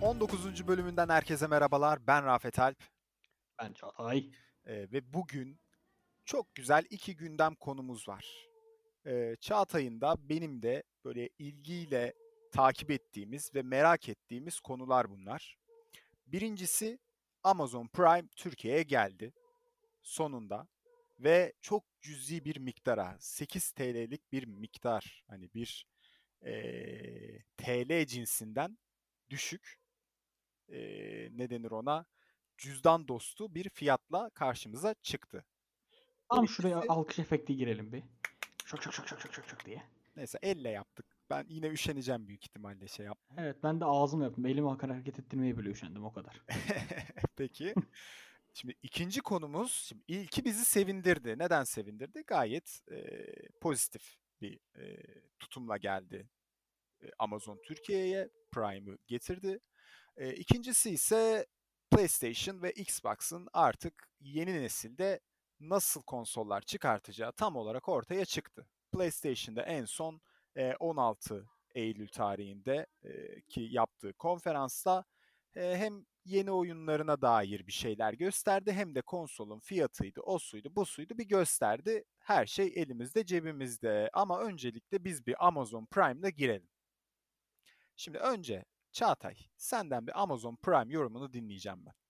19. bölümünden herkese merhabalar. Ben Rafet Alp. Ben Çağatay. Ve bugün çok güzel iki gündem konumuz var. Çağatay'ın da benim de böyle ilgiyle takip ettiğimiz ve merak ettiğimiz konular bunlar. Birincisi Amazon Prime Türkiye'ye geldi sonunda ve çok cüzi bir miktara, 8 TL'lik bir miktar, hani bir TL cinsinden düşük, ne denir ona, cüzdan dostu bir fiyatla karşımıza çıktı. Bu Tam şuraya ikisi, alkış efekti girelim bir. Şok şok şok şok şok şok şok diye. neyse, elle yaptık. Ben yine üşeneceğim büyük ihtimalle şey yapmaya. Evet, ben de ağzımla yaptım. Elimi hareket ettirmeye bile üşendim, o kadar. Peki. Şimdi ikinci konumuz, şimdi ilki bizi sevindirdi. Neden sevindirdi? Gayet pozitif bir tutumla geldi. Amazon Türkiye'ye Prime'ı getirdi. İkincisi ise PlayStation ve Xbox'ın artık yeni nesilde nasıl konsollar çıkartacağı tam olarak ortaya çıktı. PlayStation'da en son 16 Eylül tarihinde ki yaptığı konferansta hem yeni oyunlarına dair bir şeyler gösterdi hem de konsolun fiyatıydı, o suydu, bu suydu bir gösterdi. Her şey elimizde, cebimizde. Ama öncelikle biz bir Amazon Prime'la girelim. Şimdi önce Çağatay, senden bir Amazon Prime yorumunu dinleyeceğim ben.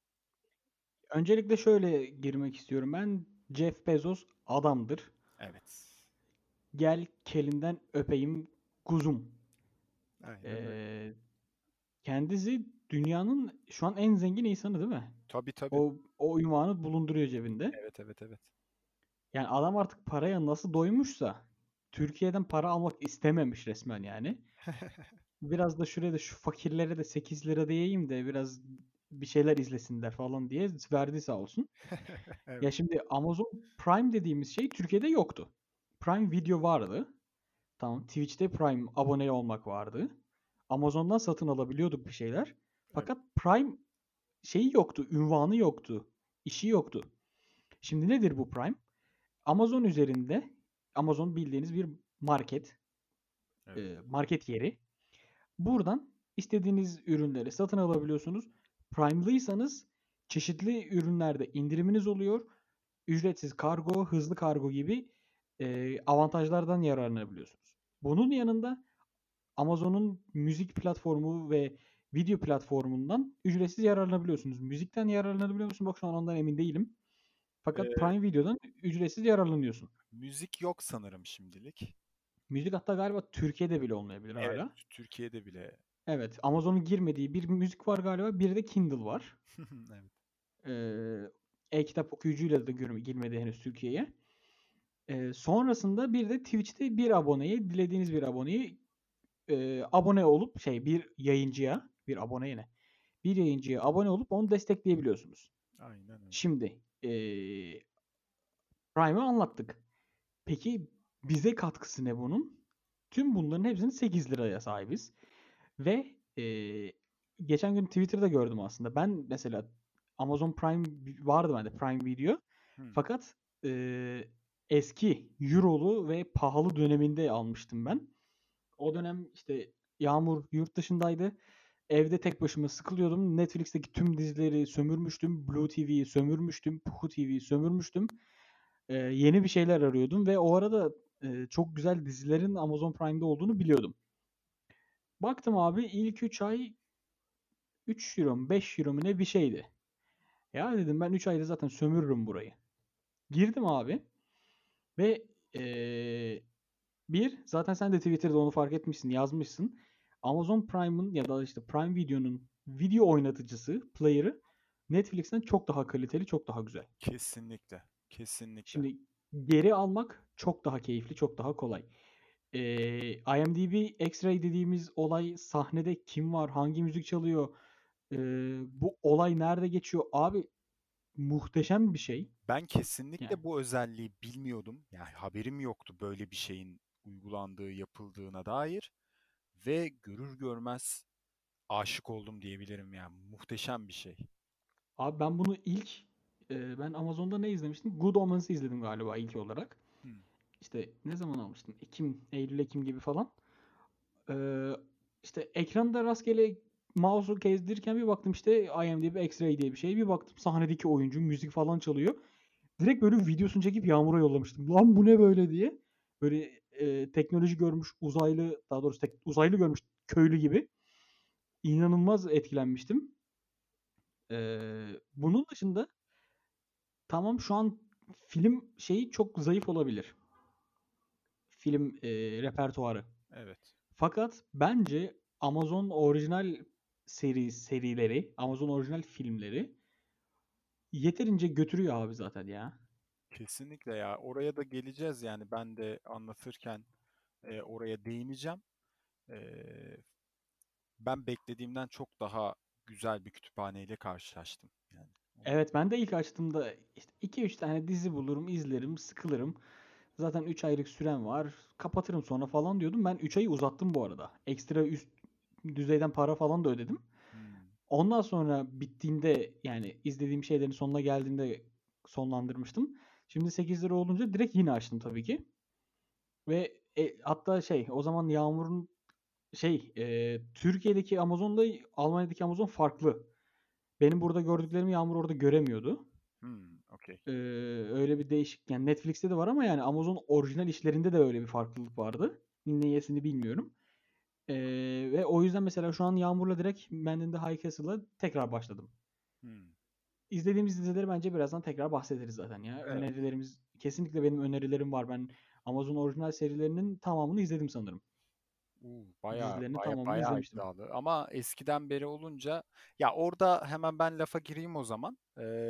Öncelikle şöyle girmek istiyorum ben. Jeff Bezos adamdır. Evet. Gel kelinden öpeyim kuzum. Aynen öyle. Ee, Kendisi dünyanın şu an en zengin insanı değil mi? Tabii tabii. O ünvanı bulunduruyor cebinde. Evet evet evet. Yani adam artık paraya nasıl doymuşsa Türkiye'den para almak istememiş resmen yani. Biraz da şuraya da şu fakirlere de 8 lira diyeyim de biraz bir şeyler izlesinler falan diye verdi sağ olsun. Evet. Ya şimdi Amazon Prime dediğimiz şey Türkiye'de yoktu. Prime Video vardı. Tamam, Twitch'te Prime abone olmak vardı. Amazon'dan satın alabiliyorduk bir şeyler. Evet. Fakat Prime şeyi yoktu, ünvanı yoktu, işi yoktu. Şimdi nedir bu Prime? Amazon üzerinde, Amazon bildiğiniz bir market, Evet. market yeri. Buradan istediğiniz ürünleri satın alabiliyorsunuz. Prime'lıysanız çeşitli ürünlerde indiriminiz oluyor. Ücretsiz kargo, hızlı kargo gibi avantajlardan yararlanabiliyorsunuz. Bunun yanında Amazon'un müzik platformu ve video platformundan ücretsiz yararlanabiliyorsunuz. Müzikten yararlanabiliyor musun? Bak şu an ondan emin değilim. Fakat Ee, Prime Video'dan ücretsiz yararlanıyorsun. müzik yok sanırım şimdilik. Müzik hatta galiba Türkiye'de bile olmayabilir Evet. hala. Türkiye'de bile. Evet, Amazon'un girmediği bir müzik var galiba, bir de Kindle var. Evet. E-kitap okuyucuyla da girmedi henüz Türkiye'ye. Sonrasında bir de Twitch'te bir aboneye, dilediğiniz bir aboneyi abone olup bir yayıncıya, bir aboneye ne? Bir yayıncıya abone olup onu destekleyebiliyorsunuz. Aynen öyle. Şimdi Prime'ı anlattık. Peki bize katkısı ne bunun? Tüm bunların hepsini 8 liraya sahibiz. Ve geçen gün Twitter'da gördüm aslında. Ben mesela Amazon Prime vardı bende, Prime Video. Hmm. Fakat eski Euro'lu ve pahalı döneminde almıştım ben. O dönem işte Yağmur yurt dışındaydı. Evde tek başıma sıkılıyordum. Netflix'teki tüm dizileri sömürmüştüm. Blue TV'yi sömürmüştüm. Puhu TV'yi sömürmüştüm. Yeni bir şeyler arıyordum ve o arada çok güzel dizilerin Amazon Prime'de olduğunu biliyordum. Baktım abi, ilk 3 ay 3 euro mu 5 euro mu ne bir şeydi. Ya dedim, ben 3 ayda zaten sömürürüm burayı. Girdim abi ve zaten sen de Twitter'da onu fark etmişsin, yazmışsın. Amazon Prime'ın ya da işte Prime Video'nun video oynatıcısı, player'ı Netflix'ten çok daha kaliteli, çok daha güzel. Kesinlikle. Kesinlikle. Şimdi geri almak çok daha keyifli, çok daha kolay. IMDb X-Ray dediğimiz olay, sahnede kim var, hangi müzik çalıyor, bu olay nerede geçiyor? Abi muhteşem bir şey. Ben Yani kesinlikle bu özelliği bilmiyordum. Yani haberim yoktu böyle bir şeyin uygulandığı, yapıldığına dair. Ve görür görmez aşık oldum diyebilirim yani. Muhteşem bir şey. abi ben bunu ilk ben Amazon'da ne izlemiştim? Good Omens'ı izledim galiba ilk olarak. Hmm. İşte ne zaman almıştım? Eylül Ekim gibi falan. Ee, işte ekranda rastgele mouse'u gezdirirken bir baktım işte IMDb X-Ray diye bir şey. Bir baktım sahnedeki oyuncu müzik falan çalıyor. Direkt böyle videosunu çekip Yağmur'a yollamıştım. Lan bu ne böyle diye. Böyle teknoloji görmüş uzaylı, daha doğrusu uzaylı görmüş köylü gibi. İnanılmaz etkilenmiştim. Bunun dışında tamam şu an film şeyi çok zayıf olabilir. Film repertuarı. Evet. Fakat bence Amazon orijinal serileri, Amazon orijinal filmleri yeterince götürüyor abi zaten ya. Kesinlikle ya. Oraya da geleceğiz yani. Ben de anlatırken oraya değineceğim. E, Ben beklediğimden çok daha güzel bir kütüphaneyle karşılaştım. Yani onu Evet, ben de ilk açtığımda işte 2-3 tane dizi bulurum, izlerim, sıkılırım. Zaten 3 aylık süren var. Kapatırım sonra falan diyordum. Ben 3 ayı uzattım bu arada. Ekstra üst düzeyden para falan da ödedim. Hmm. Ondan sonra bittiğinde yani izlediğim şeylerin sonuna geldiğinde sonlandırmıştım. Şimdi 8 lira olunca direkt yine açtım tabii ki. Ve hatta şey o zaman Yağmur'un Türkiye'deki Amazon'la Almanya'daki Amazon farklı. Benim burada gördüklerimi Yağmur orada göremiyordu. Okey. Öyle bir değişik yani Netflix'te de var ama yani Amazon orijinal işlerinde de öyle bir farklılık vardı. Niyesini bilmiyorum. Ve o yüzden mesela şu an Yağmur'la direkt Man in the High Castle'a tekrar başladım. Hmm. İzlediğimiz dizileri bence birazdan tekrar bahsederiz zaten ya. Evet. Önerilerimiz kesinlikle benim önerilerim var. Ben Amazon orijinal serilerinin tamamını izledim sanırım. Bayağı Dizilerinin bayağı tamamını bayağı izlemiştim. iddialı. Ama eskiden beri olunca ya orada hemen ben lafa gireyim o zaman.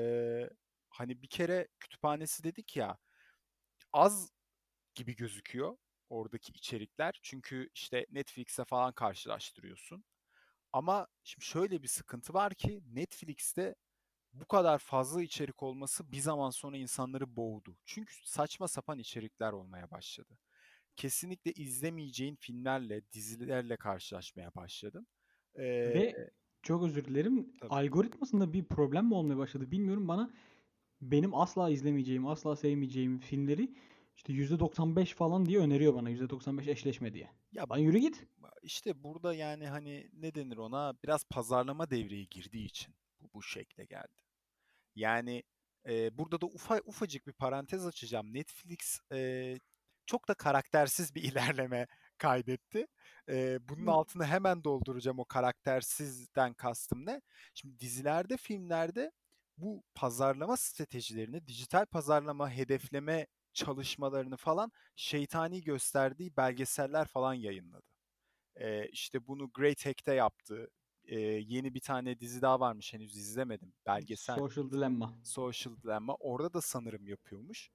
Hani bir kere kütüphanesi dedik ya, az gibi gözüküyor oradaki içerikler. Çünkü işte Netflix'e falan karşılaştırıyorsun. Ama şimdi şöyle bir sıkıntı var ki Netflix'te bu kadar fazla içerik olması bir zaman sonra insanları boğdu. Çünkü saçma sapan içerikler olmaya başladı. Kesinlikle izlemeyeceğin filmlerle, dizilerle karşılaşmaya başladım. Ee, Ve çok özür dilerim. tabii. Algoritmasında bir problem mi olmaya başladı bilmiyorum. Benim asla izlemeyeceğim, asla sevmeyeceğim filmleri işte %95 falan diye öneriyor bana. %95 eşleşme diye. Ya Lan yürü git. işte burada yani hani ne denir ona, biraz pazarlama devreye girdiği için bu şekle geldi. Yani burada da ufacık bir parantez açacağım. Netflix çok da karaktersiz bir ilerleme kaydetti. Bunun altını hemen dolduracağım, o karaktersizden kastım ne? Şimdi dizilerde, filmlerde bu pazarlama stratejilerini, dijital pazarlama, hedefleme çalışmalarını falan şeytani gösterdiği belgeseller falan yayınladı. İşte bunu Great Hack'te yaptı. Yeni bir tane dizi daha varmış, henüz izlemedim. Belgesel Social Dilemma. Social Dilemma. Orada da sanırım yapıyormuş.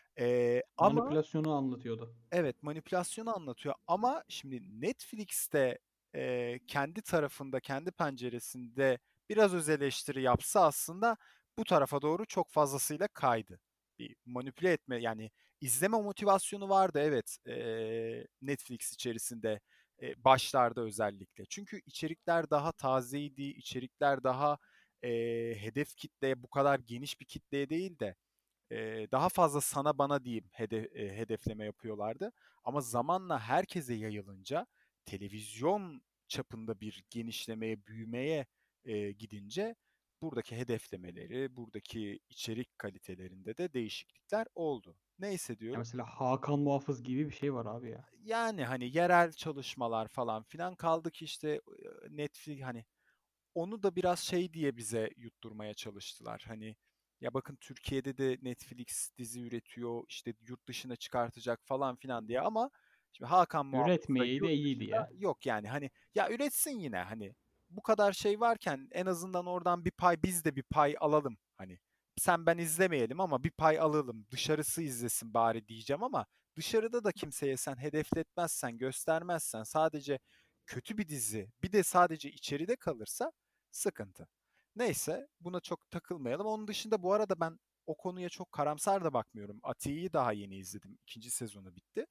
Ama Manipülasyonu anlatıyordu. evet, manipülasyonu anlatıyor. Ama şimdi Netflix'te kendi tarafında, kendi penceresinde biraz öz eleştiri yapsa aslında bu tarafa doğru çok fazlasıyla kaydı. Bir manipüle etme, yani izleme motivasyonu vardı, evet, Netflix içerisinde, başlarda özellikle. Çünkü içerikler daha tazeydi, içerikler daha hedef kitleye, bu kadar geniş bir kitleye değil de daha fazla sana bana diyeyim hedefleme yapıyorlardı. Ama zamanla herkese yayılınca, televizyon çapında bir genişlemeye, büyümeye gidince buradaki hedeflemeleri, buradaki içerik kalitelerinde de değişiklikler oldu. Neyse Ya diyorum. mesela Hakan Muhafız gibi bir şey var abi ya. Yani hani yerel çalışmalar falan filan, kaldı ki işte Netflix hani onu da biraz şey diye bize yutturmaya çalıştılar. Hani ya bakın, Türkiye'de de Netflix dizi üretiyor, işte yurt dışına çıkartacak falan filan diye, ama şimdi Hakan Muhafız da Üretmeyeyi de yurt iyiydi dışında ya. yok yani, hani ya üretsin yine, hani bu kadar şey varken en azından oradan bir pay, biz de bir pay alalım, hani sen ben izlemeyelim ama bir pay alalım, dışarısı izlesin bari diyeceğim, ama dışarıda da kimseye sen hedefletmezsen, göstermezsen, sadece kötü bir dizi bir de sadece içeride kalırsa sıkıntı. Neyse, buna çok takılmayalım. Onun dışında bu arada ben o konuya çok karamsar da bakmıyorum. Atiye'yi daha yeni izledim. İkinci sezonu bitti.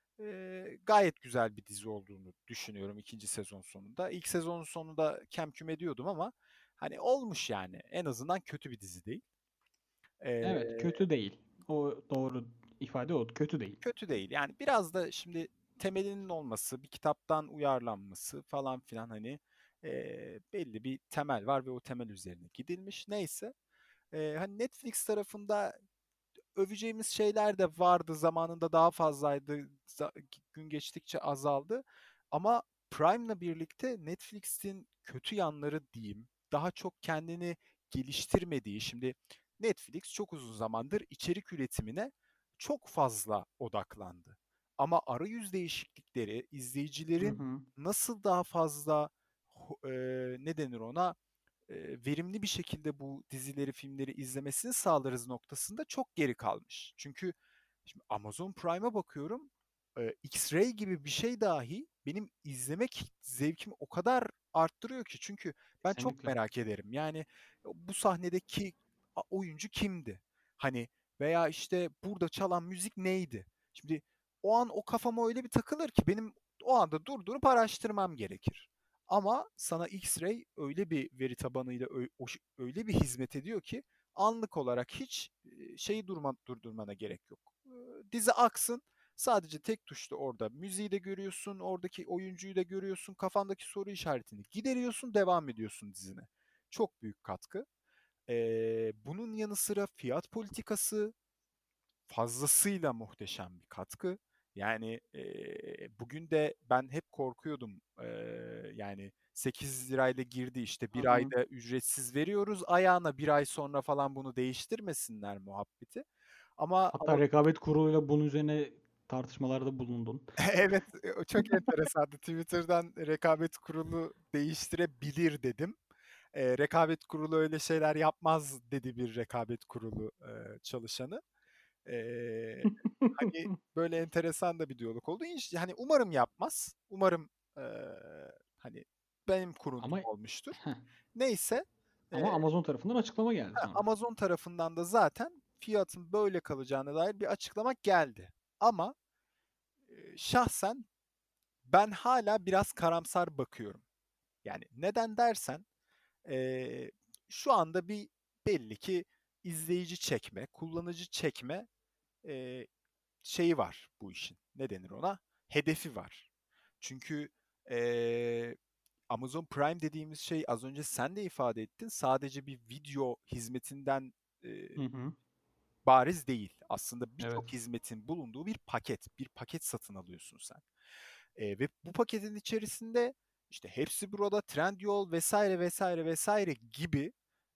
Gayet güzel bir dizi olduğunu düşünüyorum ikinci sezon sonunda. İlk sezonun sonunda kem küm ediyordum ama hani olmuş yani. En azından kötü bir dizi değil. Evet, Ee, kötü değil. O doğru ifade o. Kötü değil. Kötü değil. Yani biraz da şimdi temelinin olması, bir kitaptan uyarlanması falan filan, hani Belli bir temel var ve o temel üzerine gidilmiş. Neyse. Hani Netflix tarafında öveceğimiz şeyler de vardı. Zamanında daha fazlaydı. Gün geçtikçe azaldı. Ama Prime'la birlikte Netflix'in kötü yanları diyeyim. Daha çok kendini geliştirmediği. Şimdi Netflix çok uzun zamandır içerik üretimine çok fazla odaklandı. Ama arayüz değişiklikleri, Hı izleyicilerin hı. nasıl daha fazla ne denir ona, verimli bir şekilde bu dizileri, filmleri izlemesini sağlarız noktasında çok geri kalmış. Çünkü şimdi Amazon Prime'a bakıyorum, X-Ray gibi bir şey dahi benim izlemek zevkimi o kadar arttırıyor ki. Çünkü ben çok Kesinlikle. merak ederim. Yani bu sahnedeki oyuncu kimdi? Hani veya işte burada çalan müzik neydi? Şimdi o an o kafama öyle bir takılır ki benim o anda durdurup araştırmam gerekir. Ama sana X-Ray öyle bir veri tabanıyla öyle bir hizmet ediyor ki anlık olarak hiç durdurmana gerek yok. Dizi aksın, sadece tek tuşla orada müziği de görüyorsun, oradaki oyuncuyu da görüyorsun, kafandaki soru işaretini gideriyorsun, devam ediyorsun dizine. Çok büyük katkı. Bunun yanı sıra fiyat politikası fazlasıyla muhteşem bir katkı. Yani bugün de ben hep korkuyordum. Yani 8 lirayla girdi, işte Hı bir hı. ayda ücretsiz veriyoruz. Ayağına bir ay sonra falan bunu değiştirmesinler muhabbeti. Ama Hatta rekabet kuruluyla bunun üzerine tartışmalarda bulundun. evet, o çok enteresandı. Twitter'dan rekabet kurulu değiştirebilir dedim. Rekabet kurulu öyle şeyler yapmaz dedi bir rekabet kurulu çalışanı. Eee, Hani böyle enteresan da bir diyalog oldu. Hani umarım yapmaz. Umarım hani benim kuruntum Ama olmuştur. heh, Neyse, ama Amazon tarafından açıklama geldi sonra. Amazon tarafından da zaten fiyatın böyle kalacağına dair bir açıklama geldi. Ama şahsen ben hala biraz karamsar bakıyorum. Yani neden dersen, eee, şu anda bir belli ki izleyici çekme, kullanıcı çekme eee, şeyi var bu işin. Ne denir ona? Hedefi var. Çünkü eee, Amazon Prime dediğimiz şey, az önce sen de ifade ettin, sadece bir video hizmetinden Hı hı. bariz değil. Aslında Evet. birçok hizmetin bulunduğu bir paket. Bir paket satın alıyorsun sen. Ve bu paketin içerisinde işte hepsi burada, Trendyol vesaire vesaire vesaire gibi,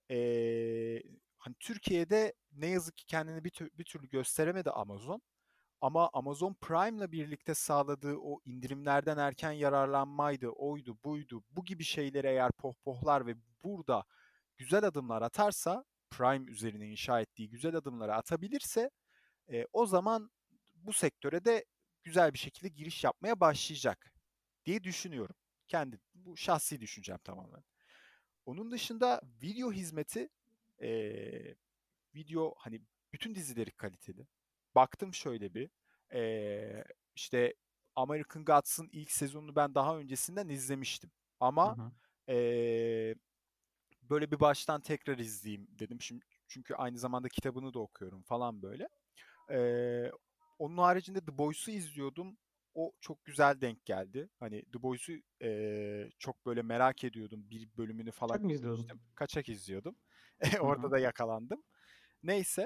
hani Türkiye'de ne yazık ki kendini bir türlü gösteremedi Amazon. Ama Amazon Prime'la birlikte sağladığı o indirimlerden erken yararlanmaydı, oydu, buydu. Bu gibi şeyleri eğer pohpohlar ve burada güzel adımlar atarsa, Prime üzerine inşa ettiği güzel adımları atabilirse, o zaman bu sektöre de güzel bir şekilde giriş yapmaya başlayacak diye düşünüyorum. Bu şahsi düşüncem tamamen. Onun dışında video hizmeti, eee, video hani bütün dizileri kaliteli. Baktım şöyle bir, eee, işte American Gods'ın ilk sezonunu ben daha öncesinden izlemiştim. Hı Ama hı. eee, böyle bir baştan tekrar izleyeyim dedim. Şimdi çünkü aynı zamanda kitabını da okuyorum falan böyle. Eee, Onun haricinde The Boys'u izliyordum. O çok güzel denk geldi. Hani The Boys'u çok böyle merak ediyordum. Bir bölümünü falan Kaçak mı izliyordun? izlemiştim. Kaçak izliyordum. Hı Orada hı. da yakalandım. Neyse.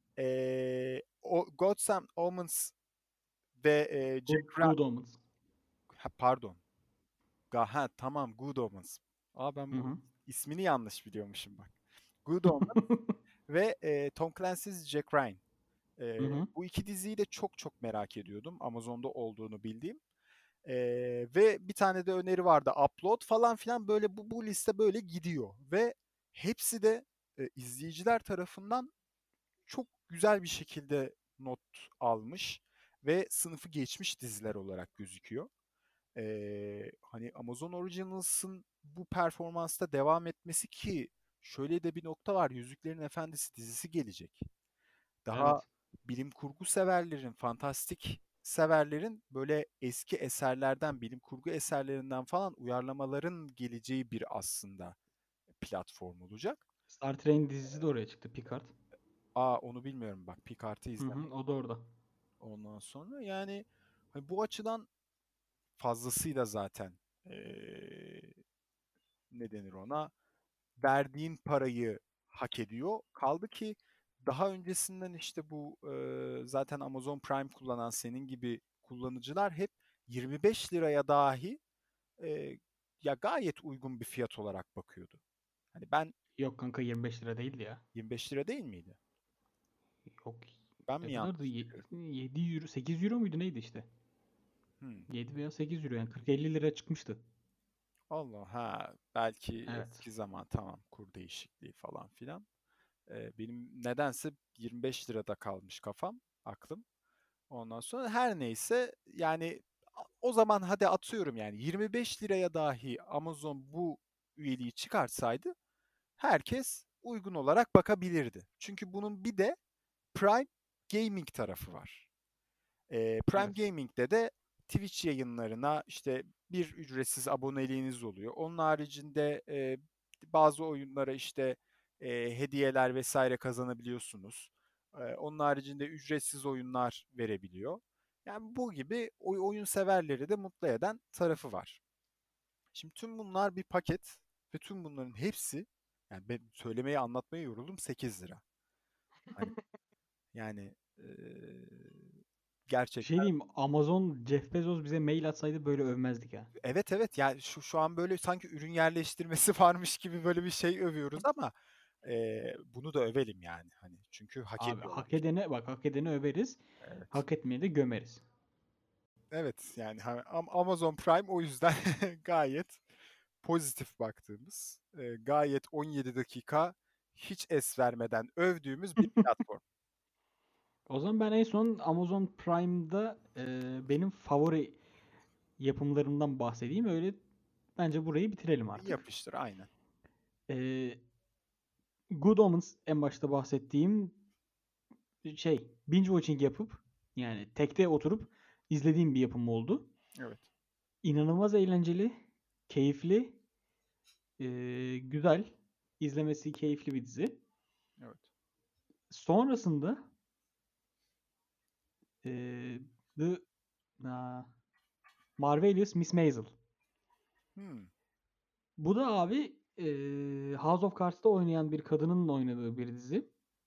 O Gods and Omens ve Good, Jack Ryan... Good Omens. Ha, pardon. Ha, tamam, Good Omens. Ben Hı bu hı. ismini yanlış biliyormuşum bak. Good Omens ve Tom Clancy's Jack Ryan. Hı hı. Bu iki diziyi de çok çok merak ediyordum. Amazon'da olduğunu bildiğim. Ve bir tane de öneri vardı. Upload falan filan, böyle bu liste böyle gidiyor. Ve hepsi de izleyiciler tarafından çok güzel bir şekilde not almış ve sınıfı geçmiş diziler olarak gözüküyor. Hani Amazon Originals'ın bu performansta devam etmesi, ki şöyle de bir nokta var. Yüzüklerin Efendisi dizisi gelecek. Daha Evet. bilim kurgu severlerin, fantastik severlerin böyle eski eserlerden, bilim kurgu eserlerinden falan uyarlamaların geleceği bir aslında platform olacak. Star Trek'in dizisi de oraya çıktı. Picard. Onu bilmiyorum bak. Picard'ı Hı hı. izlemedim. O da orada. Ondan sonra yani hani bu açıdan fazlasıyla zaten ne denir ona, verdiğin parayı hak ediyor. Kaldı ki daha öncesinden işte bu zaten Amazon Prime kullanan senin gibi kullanıcılar hep 25 liraya dahi e, ya gayet uygun bir fiyat olarak bakıyordu. Hani ben Yok kanka, 25 lira değildi ya. 25 lira değil miydi? Yok. Ben Ne mi kadardı? yanlış biliyorum? 7 euro, 8 euro muydu neydi işte? Hmm. 7 veya 8 euro, yani 40-50 lira çıkmıştı. Allah, ha, belki Evet. eski zaman, tamam, kur değişikliği falan filan. Benim nedense 25 lirada kalmış kafam, aklım. Ondan sonra her neyse yani o zaman hadi atıyorum yani 25 liraya dahi Amazon bu üyeliği çıkartsaydı herkes uygun olarak bakabilirdi. Çünkü bunun bir de Prime Gaming tarafı var. Prime Evet. Gaming'de de Twitch yayınlarına işte bir ücretsiz aboneliğiniz oluyor. Onun haricinde bazı oyunlara işte hediyeler vesaire kazanabiliyorsunuz. Onun haricinde ücretsiz oyunlar verebiliyor. Yani bu gibi oyun severleri de mutlu eden tarafı var. Şimdi tüm bunlar bir paket ve tüm bunların hepsi, yani ben söylemeye anlatmaya yoruldum, 8 lira. Hani yani Bir şey gerçekten. diyeyim, Amazon Jeff Bezos bize mail atsaydı böyle övmezdik ha. Evet, evet, yani şu an böyle sanki ürün yerleştirmesi varmış gibi böyle bir şey övüyoruz ama bunu da övelim yani hani çünkü hak Abi ediyorlar. hak edene bak, hak edene överiz. Evet. Hak etmeye de gömeriz. Evet yani hani Amazon Prime o yüzden gayet pozitif baktığımız, gayet 17 dakika hiç es vermeden övdüğümüz bir platform. O zaman ben en son Amazon Prime'da benim favori yapımlarımdan bahsedeyim. Öyle bence burayı bitirelim artık. Yapıştır aynen. E, Good Omens en başta bahsettiğim binge watching yapıp, yani tekte oturup izlediğim bir yapım oldu. Evet. İnanılmaz eğlenceli, keyifli, güzel, izlemesi keyifli bir dizi. Evet. Sonrasında e, The na, Marvelous Miss Maisel. Hmm. Bu da abi House of Cards'ta oynayan bir kadının oynadığı bir dizi.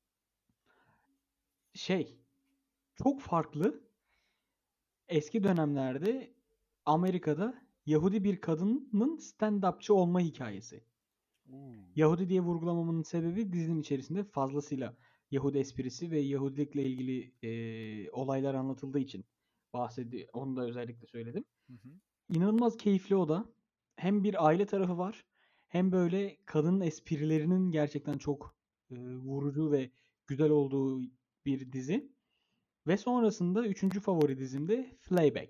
Şey, çok farklı. Eski dönemlerde Amerika'da Yahudi bir kadının stand-upçı olma hikayesi. Uuu. Yahudi diye vurgulamamın sebebi, dizinin içerisinde fazlasıyla Yahudi esprisi ve Yahudilikle ilgili olaylar anlatıldığı için onu da özellikle söyledim. Hı hı. İnanılmaz keyifli o da. Hem bir aile tarafı var, hem böyle kadın esprilerinin gerçekten çok vurucu ve güzel olduğu bir dizi. Ve sonrasında üçüncü favori dizim de Fleabag.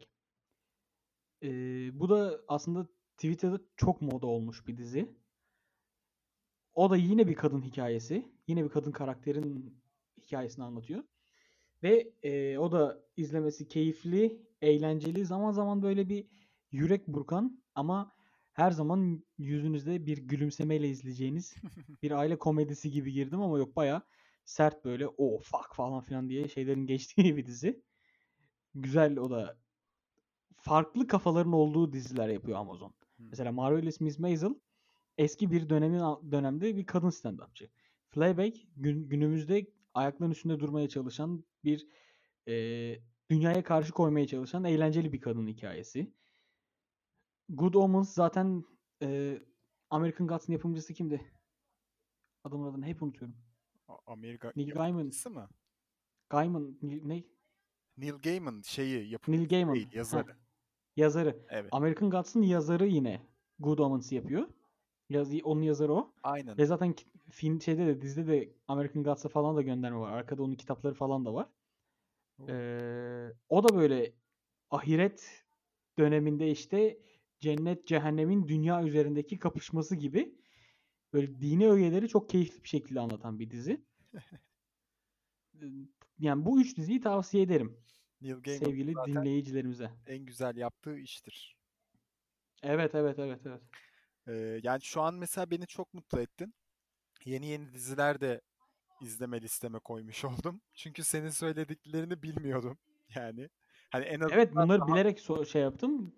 Bu da aslında Twitter'da çok moda olmuş bir dizi. O da yine bir kadın hikayesi. Yine bir kadın karakterin hikayesini anlatıyor. Ve o da izlemesi keyifli, eğlenceli, zaman zaman böyle bir yürek burkan ama her zaman yüzünüzde bir gülümsemeyle izleyeceğiniz bir aile komedisi gibi girdim ama yok, baya sert, böyle o fuck falan filan diye şeylerin geçtiği bir dizi. Güzel, o da farklı kafaların olduğu diziler yapıyor Amazon. Hı hı. Mesela Marvelous Miss Maisel eski bir dönemde bir kadın stand-upçı. Fleabag günümüzde ayaklarının üstünde durmaya çalışan bir dünyaya karşı koymaya çalışan eğlenceli bir kadın hikayesi. Good Omens zaten American Gods'ın yapımcısı kimdi? Adamın adını hep unutuyorum. Amerika Neil Gaiman. yapımcısı mı? Ne? Neil Gaiman şeyi Neil yapımcısı Gaiman. değil, Heh, yazarı. yazarı. Evet. American Gods'ın yazarı yine Good Omens'ı yapıyor. Onun yazarı o. Aynen. Ve zaten film dizide de American Gods'a falan da gönderme var. Arkada onun kitapları falan da var. Oo. O da böyle ahiret döneminde işte cennet cehennemin dünya üzerindeki kapışması gibi böyle dini ögeleri çok keyifli bir şekilde anlatan bir dizi. Ee, Yani bu üç diziyi tavsiye ederim Neil Gaiman'ın sevgili zaten dinleyicilerimize. en güzel yaptığı iştir. Evet, evet, evet, evet. Yani şu an mesela beni çok mutlu ettin. Yeni yeni diziler de izleme listeme koymuş oldum. Çünkü senin söylediklerini bilmiyordum. Yani hani en Evet, azından bunları bilerek yaptım.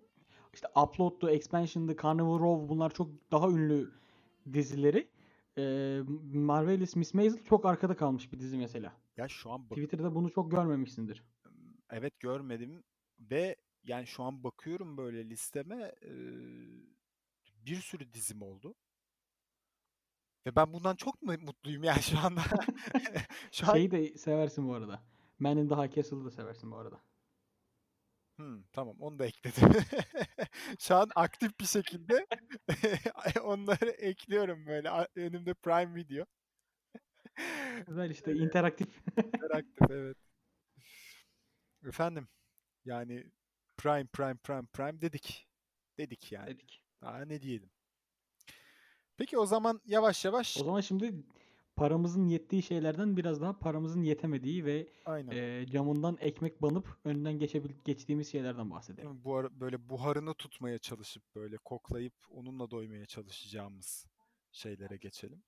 işte Upload'du, Expansion'dı, Carnival Row bunlar çok daha ünlü dizileri. Marvelous Miss Maisel çok arkada kalmış bir dizi mesela. Ya şu an Twitter'da bunu çok görmemişsindir. evet görmedim ve yani şu an bakıyorum böyle listeme bir sürü dizim oldu. Ve ben bundan çok mu mutluyum yani şu anda? Şu an Şeyi de seversin bu arada. Man in the High Castle'ı da seversin bu arada. tamam onu da ekledim. Şu an aktif bir şekilde onları ekliyorum böyle önümde Prime Video. Güzel işte interaktif Interaktif evet. Efendim yani Prime dedik. Dedik yani. dedik. Daha ne diyelim. Peki o zaman yavaş O yavaş zaman şimdi paramızın yettiği şeylerden biraz daha paramızın yetemediği ve aynen. camından ekmek banıp önünden geçtiğimiz şeylerden Değil bahsedelim. mi? Böyle buharını tutmaya çalışıp böyle koklayıp onunla doymaya çalışacağımız şeylere geçelim.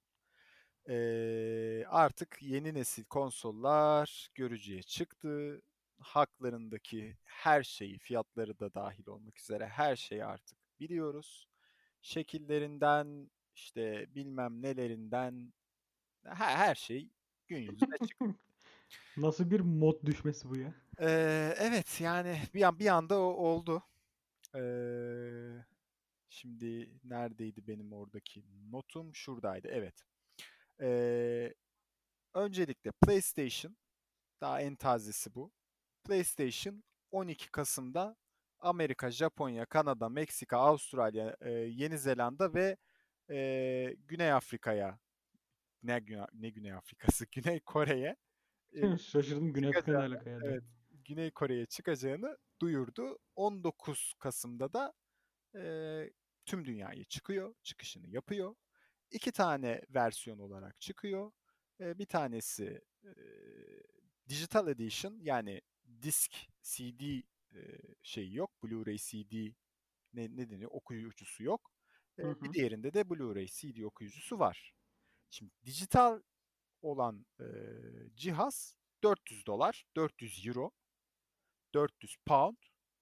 Artık yeni nesil konsollar görücüye çıktı. Haklarındaki her şeyi, fiyatları da dahil olmak üzere her şeyi artık biliyoruz. Şekillerinden, işte bilmem nelerinden her şey gün yüzüne çıktı. Nasıl bir mod düşmesi bu ya? Evet yani bir anda o oldu. Ee, Şimdi neredeydi benim oradaki notum? Şuradaydı. Evet. Ee, Öncelikle PlayStation, daha en tazesi bu. PlayStation 12 Kasım'da Amerika, Japonya, Kanada, Meksika, Avustralya, Yeni Zelanda ve Güney Afrika'ya ne Güney Afrika'sı? Güney Kore'ye e, Şaşırdım, Güney Afrika ne çıkacağını, alaka ya evet, dedim. Güney Kore'ye çıkacağını duyurdu. 19 Kasım'da da e, tüm dünyaya çıkıyor, çıkışını yapıyor. İki tane versiyon olarak çıkıyor. Bir tanesi Digital Edition yani disk CD şeyi yok. Blu-ray CD ne deniyor? Okuyucusu yok. Hı Bir hı. diğerinde de Blu-ray CD okuyucusu var. Şimdi dijital olan cihaz 400 dolar, 400 euro, 400 pound.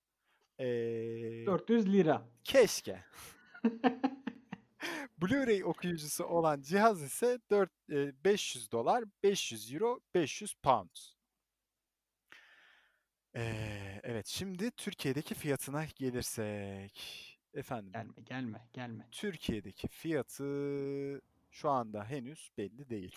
E, 400 lira. Keşke. Blu-ray okuyucusu olan cihaz ise 500 dolar, 500 euro, 500 pound. Evet, şimdi Türkiye'deki fiyatına gelirsek. Efendim, Gelme gelme gelme. Türkiye'deki fiyatı şu anda henüz belli değil.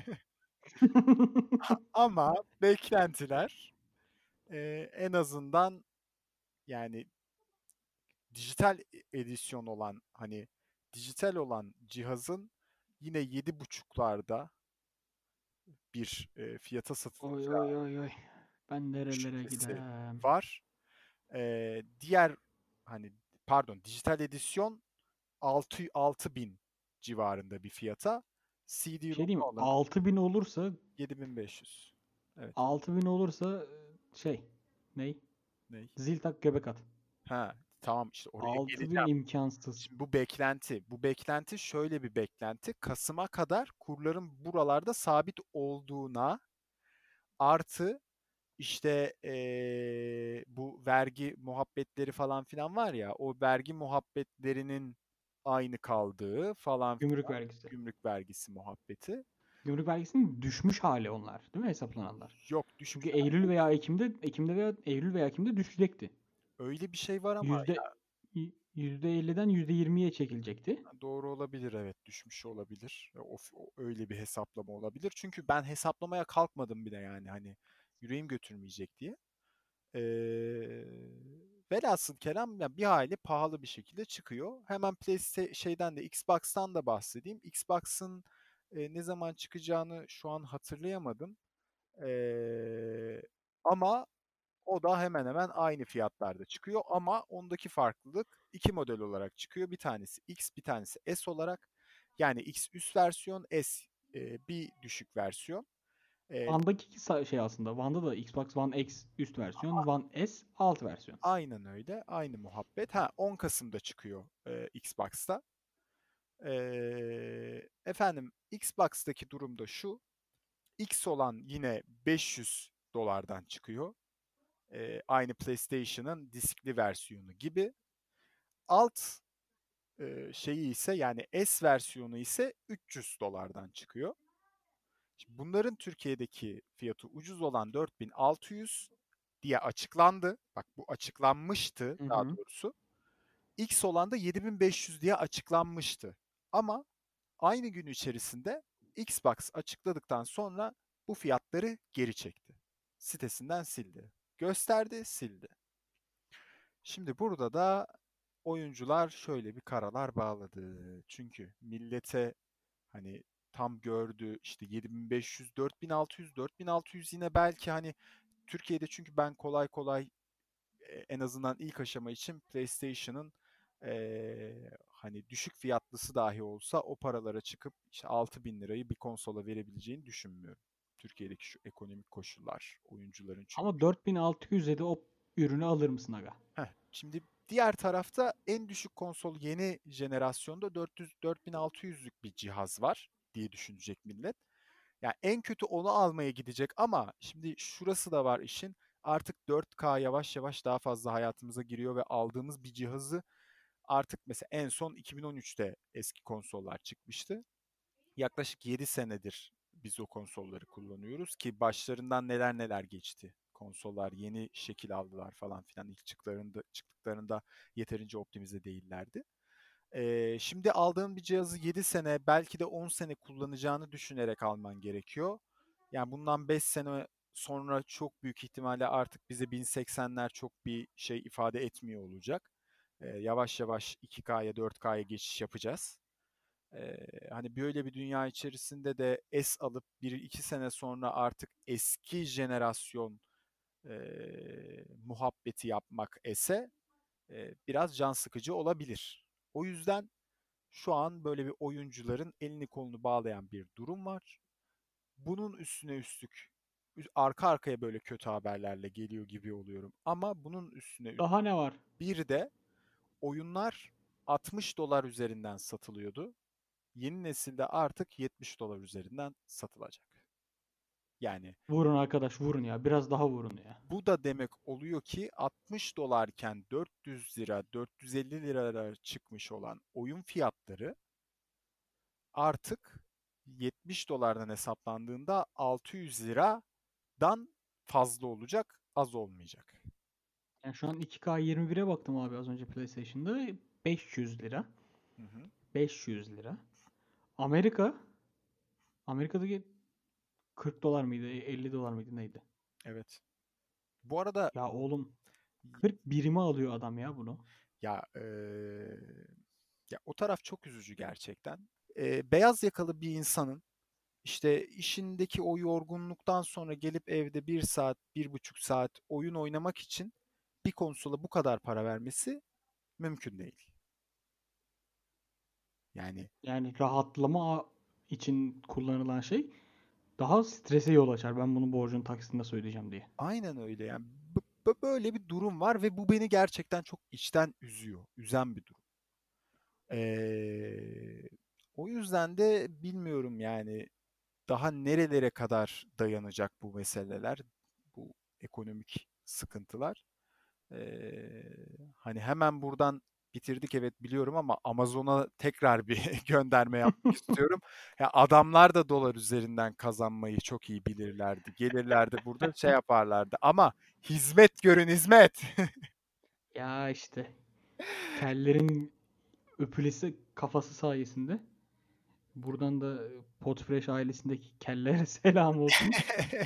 Ama beklentiler en azından yani dijital edisyon olan hani dijital olan cihazın yine 7,5'larda bir fiyata Oy satılacağı oy oy oy. Ben nerelere düşüncesi gidem? var. Diğer hani pardon dijital edisyon 6.000 civarında bir fiyata. Bir CD-ROM şey diyeyim mi? olanı 6000 olursa 7.500. Evet. 6000 olursa şey ney? Ney? Zil tak göbek at. Ha, tamam işte oraya 6000 geleceğim. imkansız. Şimdi bu beklenti. Bu beklenti şöyle bir beklenti. Kasım'a kadar kurların buralarda sabit olduğuna artı işte bu vergi muhabbetleri falan filan var ya o vergi muhabbetlerinin aynı kaldığı falan Gümrük filan vergisi. gümrük vergisi muhabbeti. Gümrük vergisinin düşmüş hali onlar, değil mi hesaplananlar? Yok Çünkü düşmüş Eylül veya Ekim'de veya Eylül veya Ekim'de düşecekti. öyle bir şey var ama Yüzde %50'den %20'ye çekilecekti. doğru olabilir evet düşmüş olabilir. Öyle bir hesaplama olabilir. Çünkü ben hesaplamaya kalkmadım bile yani hani yüreğim götürmeyecek diye. Ee, Velhasıl kelam ya bir hayli pahalı bir şekilde çıkıyor. Hemen şeyden de Xbox'tan da bahsedeyim. Xbox'ın ne zaman çıkacağını şu an hatırlayamadım. Ama o da hemen hemen aynı fiyatlarda çıkıyor ama ondaki farklılık iki model olarak çıkıyor. Bir tanesi X, bir tanesi S olarak. Yani X üst versiyon, S bir düşük versiyon. E, One'daki şey aslında. One'da da Xbox One X üst versiyon, One S alt versiyon. aynen öyle, aynı muhabbet. Ha 10 Kasım'da çıkıyor Xbox'ta. Efendim Xbox'taki durum da şu. X olan yine 500 dolardan çıkıyor. Aynı PlayStation'ın diskli versiyonu gibi. alt şeyi ise yani S versiyonu ise $300'dan çıkıyor. Şimdi bunların Türkiye'deki fiyatı ucuz olan 4.600 diye açıklandı. Bak bu açıklanmıştı Hı daha hı. doğrusu. X olan da 7.500 diye açıklanmıştı. Ama aynı gün içerisinde Xbox açıkladıktan sonra bu fiyatları geri çekti. Sitesinden sildi. Gösterdi, sildi. Şimdi burada da oyuncular şöyle bir karalar bağladı. Çünkü millete hani tam gördü işte 7500, 4600, 4600 yine belki hani Türkiye'de çünkü ben kolay kolay en azından ilk aşama için PlayStation'ın hani düşük fiyatlısı dahi olsa o paralara çıkıp işte 6000 lirayı bir konsola verebileceğini düşünmüyorum. Türkiye'deki şu ekonomik koşullar oyuncuların çünkü. Ama 4600'e de o ürünü alır mısın aga? Şimdi diğer tarafta en düşük konsol yeni jenerasyonda 4600'lük bir cihaz var diye düşünecek millet. Yani en kötü onu almaya gidecek ama şimdi şurası da var işin. Artık 4K yavaş yavaş daha fazla hayatımıza giriyor ve aldığımız bir cihazı artık mesela en son 2013'te eski konsollar çıkmıştı. Yaklaşık 7 senedir biz o konsolları kullanıyoruz ki başlarından neler neler geçti. Konsollar yeni şekil aldılar falan filan ilk çıktıklarında yeterince optimize değillerdi. Şimdi aldığın bir cihazı 7 sene belki de 10 sene kullanacağını düşünerek alman gerekiyor. Yani bundan 5 sene sonra çok büyük ihtimalle artık bize 1080'ler çok bir şey ifade etmiyor olacak. Yavaş yavaş 2K'ya 4K'ya geçiş yapacağız. Hani böyle bir dünya içerisinde de S alıp 1-2 sene sonra artık eski jenerasyon muhabbeti yapmak S'e biraz can sıkıcı olabilir. O yüzden şu an böyle bir oyuncuların elini kolunu bağlayan bir durum var. Bunun üstüne üstlük arka arkaya böyle kötü haberlerle geliyor gibi oluyorum. Ama bunun üstüne Daha ne var? bir de oyunlar $60 üzerinden satılıyordu. Yeni nesilde artık $70 üzerinden satılacak. Yani Vurun arkadaş vurun ya. Biraz daha vurun ya. bu da demek oluyor ki $60 iken 400 lira, 450 liralara çıkmış olan oyun fiyatları artık $70'dan hesaplandığında 600 liradan fazla olacak, az olmayacak. Yani şu an 2K21'e baktım abi az önce PlayStation'da. 500 lira. Hı hı. 500 lira. Amerika'daki 40 dolar mıydı? 50 dolar mıydı neydi? Evet. Bu arada Ya oğlum 40 birime alıyor adam ya bunu. ya ya o taraf çok üzücü gerçekten. Beyaz yakalı bir insanın işte işindeki o yorgunluktan sonra gelip evde 1 saat, 1,5 saat oyun oynamak için bir konsola bu kadar para vermesi mümkün değil. Yani Yani rahatlama için kullanılan şey daha strese yol açar. Ben bunu borcun taksitinde söyleyeceğim diye. aynen öyle yani böyle bir durum var ve bu beni gerçekten çok içten üzüyor. Üzen bir durum. Ee, O yüzden de bilmiyorum yani daha nerelere kadar dayanacak bu meseleler, bu ekonomik sıkıntılar. Hani hemen buradan bitirdik evet biliyorum ama Amazon'a tekrar bir gönderme yapmak istiyorum. Ya adamlar da dolar üzerinden kazanmayı çok iyi bilirlerdi. Gelirlerdi burada şey yaparlardı ama hizmet görün hizmet. Ya işte kellerin öpülesi kafası sayesinde. Buradan da Podfresh ailesindeki kellere selam olsun.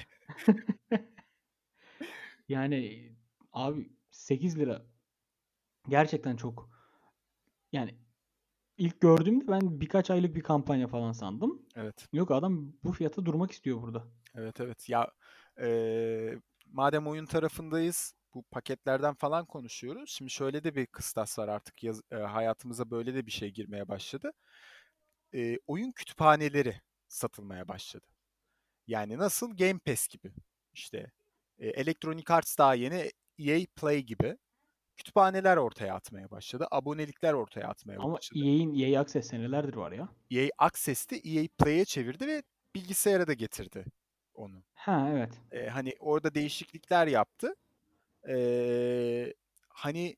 Yani abi 8 lira gerçekten çok. Yani ilk gördüğümde ben birkaç aylık bir kampanya falan sandım. Evet, Yok adam bu fiyata durmak istiyor burada. evet, evet. Ya madem oyun tarafındayız, bu paketlerden falan konuşuyoruz. Şimdi şöyle de bir kıstas var artık hayatımıza böyle de bir şey girmeye başladı. Oyun kütüphaneleri satılmaya başladı. Yani nasıl? Game Pass gibi. İşte Electronic Arts daha yeni EA Play gibi kütüphaneler ortaya atmaya başladı. Abonelikler ortaya atmaya Ama başladı. EA Access senelerdir var ya. EA Access'te EA Play'e çevirdi ve bilgisayara da getirdi onu. Ha evet. Hani orada değişiklikler yaptı. Hani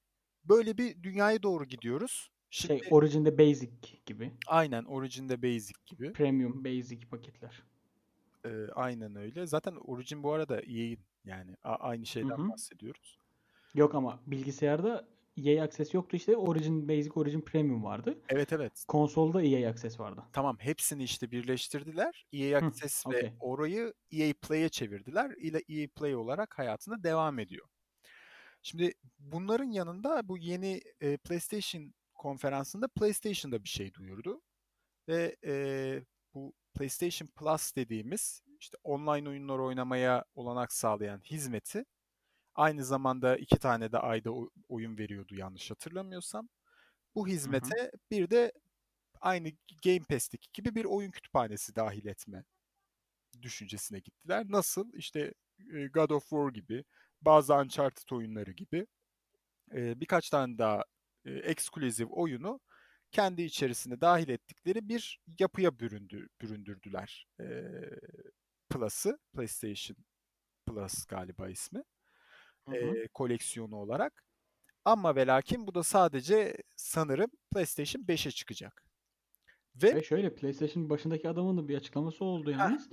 Böyle bir dünyaya doğru gidiyoruz. Şey, Şimdi Origin'de Basic gibi. aynen Origin'de Basic gibi. Premium, Basic paketler. Aynen öyle. Zaten Origin bu arada EA'in, yani aynı Hı şeyden hı. bahsediyoruz. Yok ama bilgisayarda EA Access yoktu işte. Origin Basic, Origin Premium vardı. Evet, evet. Konsolda EA Access vardı. Tamam, hepsini işte birleştirdiler. EA Hı, Access ve okey. orayı EA Play'e çevirdiler. İle EA Play olarak hayatına devam ediyor. Şimdi bunların yanında bu yeni PlayStation konferansında PlayStation da bir şey duyurdu. Ve bu PlayStation Plus dediğimiz işte online oyunlar oynamaya olanak sağlayan hizmeti, aynı zamanda 2 tane de ayda oyun veriyordu yanlış hatırlamıyorsam. Bu Hı hı. hizmete bir de aynı Game Pass'teki gibi bir oyun kütüphanesi dahil etme düşüncesine gittiler. Nasıl? İşte God of War gibi, bazı Uncharted oyunları gibi birkaç tane daha ekskluzif oyunu kendi içerisine dahil ettikleri bir yapıya büründürdüler. Plus'ı, PlayStation Plus galiba ismi, Hı hı. koleksiyonu olarak. Ama ve lakin bu da sadece sanırım PlayStation 5'e çıkacak. Ve Ve şöyle, PlayStation başındaki adamın da bir açıklaması oldu heh, yalnız.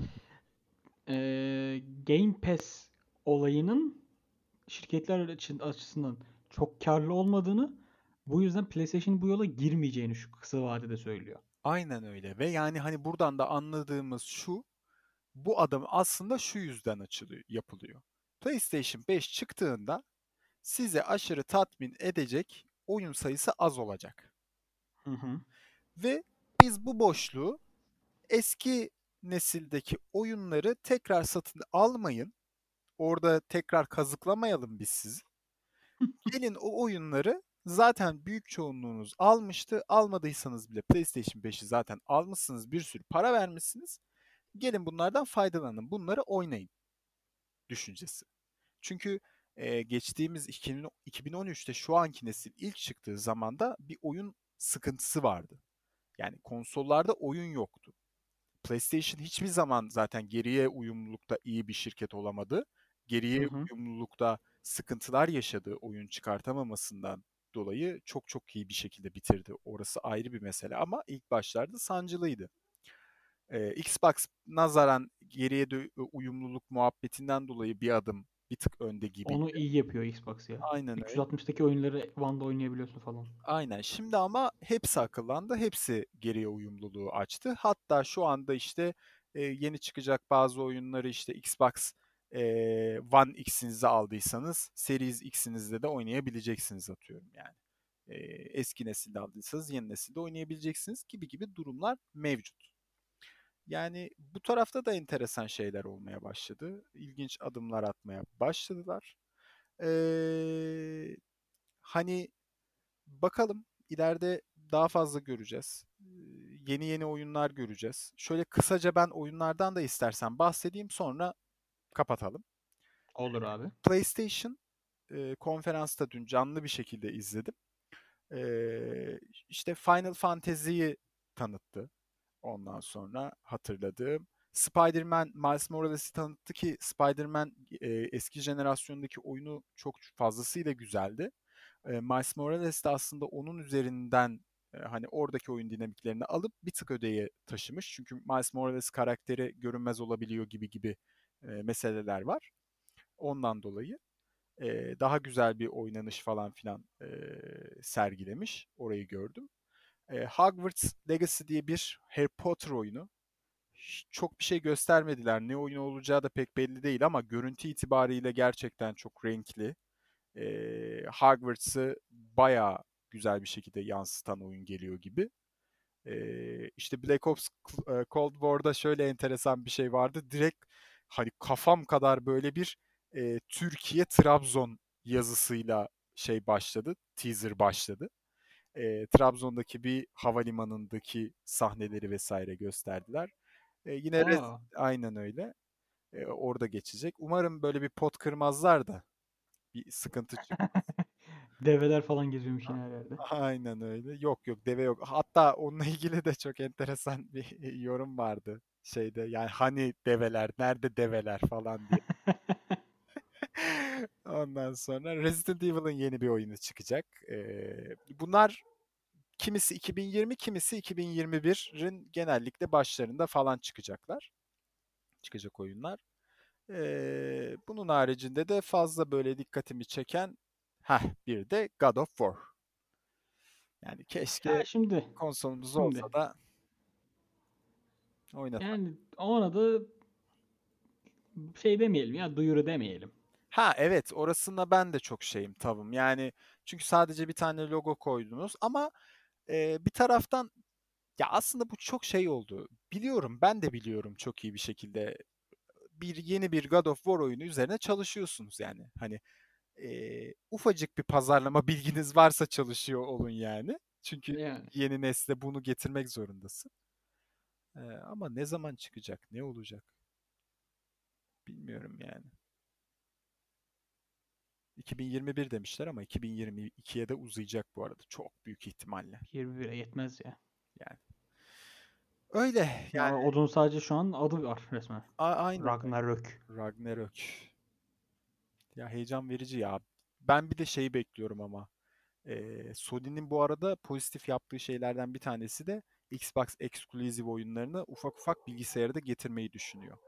Game Pass olayının şirketler açısından çok karlı olmadığını, bu yüzden PlayStation bu yola girmeyeceğini şu kısa vadede söylüyor. aynen öyle. Ve yani hani buradan da anladığımız şu, bu adım aslında şu yüzden yapılıyor. PlayStation 5 çıktığında size aşırı tatmin edecek oyun sayısı az olacak. Hı hı. Ve biz bu boşluğu, eski nesildeki oyunları tekrar satın almayın. Orada tekrar kazıklamayalım biz sizi. Gelin o oyunları, zaten büyük çoğunluğunuz almıştı. Almadıysanız bile PlayStation 5'i zaten almışsınız, bir sürü para vermişsiniz. Gelin bunlardan faydalanın, bunları oynayın düşüncesi. Çünkü geçtiğimiz 2013'te şu anki nesil ilk çıktığı zamanda bir oyun sıkıntısı vardı. Yani konsollarda oyun yoktu. PlayStation hiçbir zaman zaten geriye uyumlulukta iyi bir şirket olamadı. Hı Geriye hı. uyumlulukta sıkıntılar yaşadığı, oyun çıkartamamasından dolayı çok çok iyi bir şekilde bitirdi. Orası ayrı bir mesele ama ilk başlarda sancılıydı. Xbox nazaran geriye uyumluluk muhabbetinden dolayı bir adım, bir tık önde Onu gibiydi. iyi yapıyor Xbox ya. Aynen öyle. 360'daki oyunları One'da oynayabiliyorsun falan. Aynen. Şimdi ama hepsi akıllandı. Hepsi geriye uyumluluğu açtı. Hatta şu anda işte yeni çıkacak bazı oyunları işte Xbox One X'inizi aldıysanız Series X'inizde de oynayabileceksiniz, atıyorum yani. Eski nesilde aldıysanız yeni nesilde oynayabileceksiniz gibi gibi durumlar mevcut. Yani bu tarafta da enteresan şeyler olmaya başladı. İlginç adımlar atmaya başladılar. Hani bakalım, ileride daha fazla göreceğiz. Yeni yeni oyunlar göreceğiz. Şöyle kısaca ben oyunlardan da istersen bahsedeyim, sonra kapatalım. Olur abi. PlayStation konferansta dün canlı bir şekilde izledim. İşte Final Fantasy'yi tanıttı. Ondan sonra hatırladığım Spider-Man, Miles Morales'i tanıttı ki Spider-Man eski jenerasyondaki oyunu çok fazlasıyla güzeldi. Miles Morales de aslında onun üzerinden hani oradaki oyun dinamiklerini alıp bir tık öteye taşımış. Çünkü Miles Morales karakteri görünmez olabiliyor gibi gibi meseleler var. Ondan dolayı daha güzel bir oynanış falan filan sergilemiş. Orayı gördüm. Hogwarts Legacy diye bir Harry Potter oyunu. Çok bir şey göstermediler. Ne oyunu olacağı da pek belli değil ama görüntü itibariyle gerçekten çok renkli. Hogwarts'ı bayağı güzel bir şekilde yansıtan oyun geliyor gibi. İşte Black Ops Cold War'da şöyle enteresan bir şey vardı. Direkt hani kafam kadar böyle bir Türkiye Trabzon yazısıyla şey başladı. Teaser başladı. Trabzon'daki bir havalimanındaki sahneleri vesaire gösterdiler. Yine Aa, aynen öyle. Orada geçecek. Umarım böyle bir pot kırmazlar da bir sıkıntı çıkmaz. develer falan geziyormuş yine her yerde. Aynen öyle. Yok yok, deve yok. Hatta onunla ilgili de çok enteresan bir yorum vardı. Şeyde yani hani develer, nerede develer falan diye. Ondan sonra Resident Evil'ın yeni bir oyunu çıkacak. Bunlar kimisi 2020, kimisi 2021'in genellikle başlarında falan çıkacaklar. Çıkacak oyunlar. Bunun haricinde de fazla böyle dikkatimi çeken bir de God of War. Yani keşke Ya şimdi konsolumuz olsa şimdi da oynasak. yani ona da şey demeyelim ya, duyuru demeyelim. Evet, orasında ben de çok şeyim, tavım. Yani çünkü sadece bir tane logo koydunuz ama bir taraftan ya aslında bu çok şey oldu. Biliyorum, ben de biliyorum çok iyi bir şekilde. Yeni bir God of War oyunu üzerine çalışıyorsunuz yani. Hani ufacık bir pazarlama bilginiz varsa çalışıyor olun yani. Çünkü Yani yeni nesle bunu getirmek zorundasın. Ama ne zaman çıkacak, ne olacak bilmiyorum yani. 2021 demişler ama 2022'ye de uzayacak bu arada çok büyük ihtimalle. 21'e yetmez ya. Yani öyle yani Odun sadece şu an adı var resmen. aynen Ragnarök. Ragnarök. Ya heyecan verici ya. Ben bir de şeyi bekliyorum ama. Sony'nin bu arada pozitif yaptığı şeylerden bir tanesi de Xbox Exclusive oyunlarını ufak ufak bilgisayara da getirmeyi düşünüyor.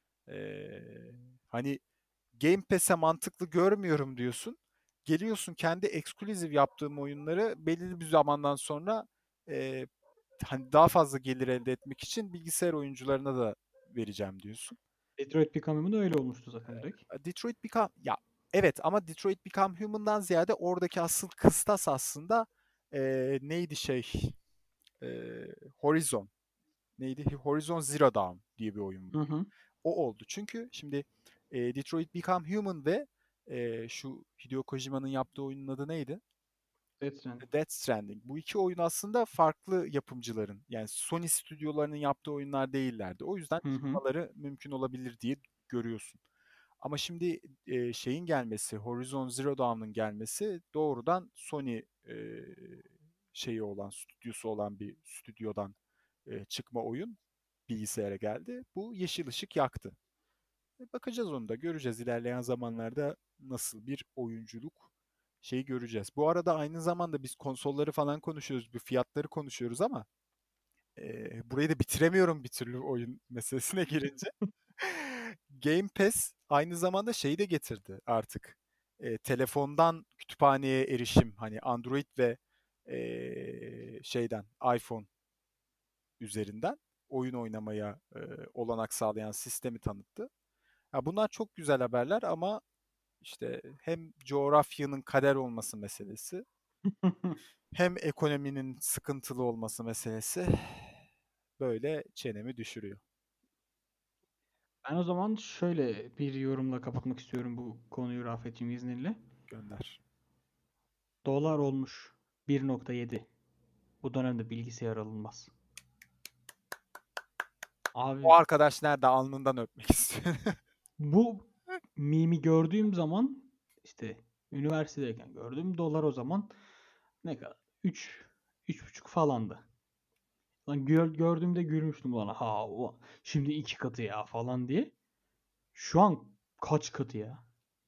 Hani Game Pass'e mantıklı görmüyorum diyorsun. Geliyorsun kendi exclusive yaptığım oyunları belirli bir zamandan sonra e, hani daha fazla gelir elde etmek için bilgisayar oyuncularına da vereceğim diyorsun. Detroit Become Human da öyle olmuştu zaten direkt. Detroit Become ya evet ama Detroit Become Human'dan ziyade oradaki asıl kıstas aslında neydi e, Horizon neydi Horizon Zero Dawn diye bir oyun. Hı hı. O oldu. Çünkü şimdi Detroit Become Human ve şu Hideo Kojima'nın yaptığı oyunun adı neydi? Death Stranding. Death Stranding. Bu iki oyun aslında farklı yapımcıların yani Sony stüdyolarının yaptığı oyunlar değillerdi. O yüzden Hı hı. çıkmaları mümkün olabilir diye görüyorsun. Ama şimdi şeyin gelmesi, Horizon Zero Dawn'ın gelmesi doğrudan Sony şeyi olan, stüdyosu olan bir stüdyodan çıkma oyun bilgisayara geldi. Bu yeşil ışık yaktı. Bakacağız onu da göreceğiz ilerleyen zamanlarda nasıl bir oyunculuk şeyi göreceğiz. Bu arada aynı zamanda biz konsolları falan konuşuyoruz, bu fiyatları konuşuyoruz ama burayı da bitiremiyorum bir türlü oyun meselesine girince. Game Pass aynı zamanda şeyi de getirdi artık. Telefondan kütüphaneye erişim hani Android ve şeyden iPhone üzerinden oyun oynamaya olanak sağlayan sistemi tanıttı. Ya bunlar çok güzel haberler ama işte hem coğrafyanın kader olması meselesi hem ekonominin sıkıntılı olması meselesi böyle çenemi düşürüyor. Ben o zaman şöyle bir yorumla kapatmak istiyorum bu konuyu Rafet'cim izninle. Gönder. Dolar olmuş 1.7. Bu dönemde bilgisayar alınmaz. O Abi arkadaş nerede? Alnından öpmek istiyor. bu mimi gördüğüm zaman işte üniversitedeyken gördüm. Dolar o zaman ne kadar? 3,5 falandı. Lan gördüğümde gülmüştüm bana. Şimdi 2 katı ya falan diye. Şu an kaç katı ya?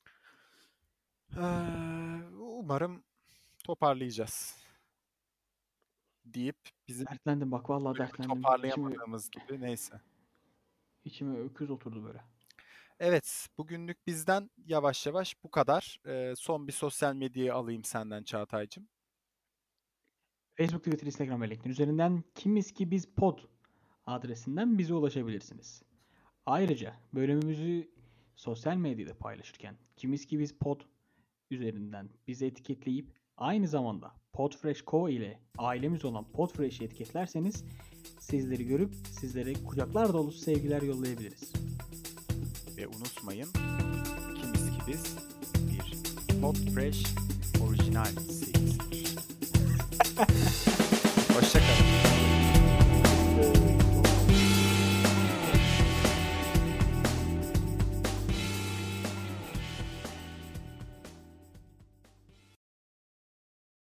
Umarım toparlayacağız deyip bizim Dertlendim bak vallahi bölümü dertlendim. toparlayamadığımız gibi neyse. İçime öküz oturdu böyle. Evet, bugünlük bizden yavaş yavaş bu kadar. Son bir sosyal medyayı alayım senden Çağatay'cığım. Facebook, Twitter, Instagram ve LinkedIn üzerinden kimiz ki biz pod adresinden bize ulaşabilirsiniz. Ayrıca bölümümüzü sosyal medyada paylaşırken kimiz ki biz pod üzerinden bizi etiketleyip aynı zamanda Podfresh Co ile ailemiz olan Podfresh'i etiketlerseniz sizleri görüp sizlere kucaklar dolusu sevgiler yollayabiliriz. Ve unutmayın, ikimiz ki biz bir Podfresh orijinaliz.